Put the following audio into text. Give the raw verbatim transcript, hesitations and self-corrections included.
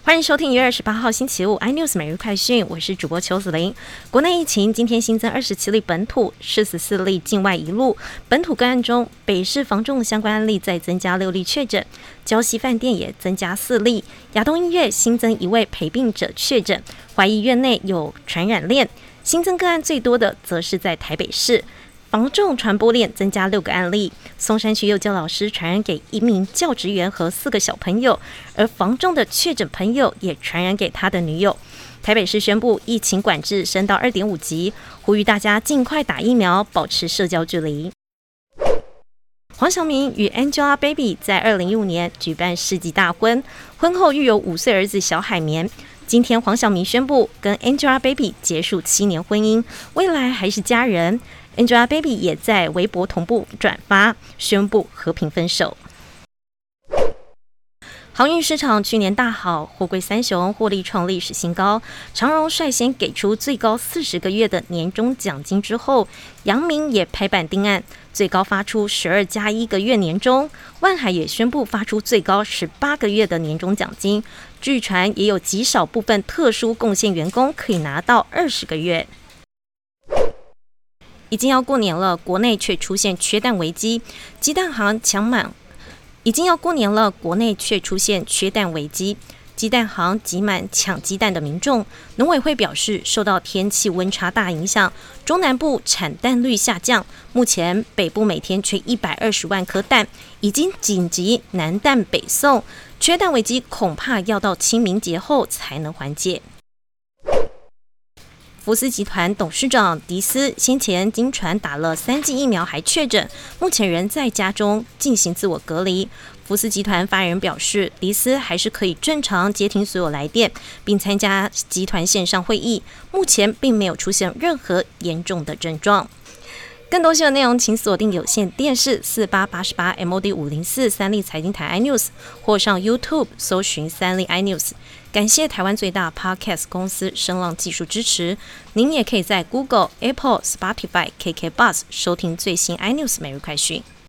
欢迎收听一月二十八号星期五 iNews 每日快讯，我是主播邱子玲。国内疫情今天新增二十七例本土，四十四例境外移入。本土个案中，北市房仲相关案例再增加六例确诊，礁溪饭店也增加四例。亚东医院新增一位陪病者确诊，怀疑院内有传染链。新增个案最多的则是在台北市。房仲传播链增加六个案例，松山区幼教老师传染给一名教职员和四个小朋友，而房仲的确诊朋友也传染给他的女友。台北市宣布疫情管制升到 二点五 级，呼吁大家尽快打疫苗，保持社交距离。黄晓明与 Angelababy 在二零一五年举办世纪大婚，婚后育有五岁儿子小海绵。今天黄晓明宣布跟 Angelababy 结束七年婚姻，未来还是家人。Angelababy 也在微博同步转发，宣布和平分手。航运市场去年大好，货柜三雄获利创历史新高。长荣率先给出最高四十个月的年终奖金之后，阳明也拍板定案，最高发出十二加一个月年终。万海也宣布发出最高十八个月的年终奖金。据传也有极少部分特殊贡献员工可以拿到二十个月。已经要过年了，国内却出现缺蛋危机，鸡蛋行抢满。已经要过年了，国内却出现缺蛋危机，鸡蛋行挤满抢鸡蛋的民众。农委会表示，受到天气温差大影响，中南部产蛋率下降，目前北部每天缺一百二十万颗蛋，已经紧急南蛋北送，缺蛋危机恐怕要到清明节后才能缓解。福斯集团董事长迪斯先前经传打了三剂疫苗还确诊，目前仍在家中进行自我隔离。福斯集团发言人表示，迪斯还是可以正常接听所有来电，并参加集团线上会议，目前并没有出现任何严重的症状。更多新闻内容，请锁定有线电视四八八十八 M O D 五零四三立财经台 iNews， 或上 YouTube 搜寻三立 iNews。感谢台湾最大 Podcast 公司声浪技术支持。您也可以在 Google、Apple、Spotify、K K Bus 收听最新 iNews 每日快讯。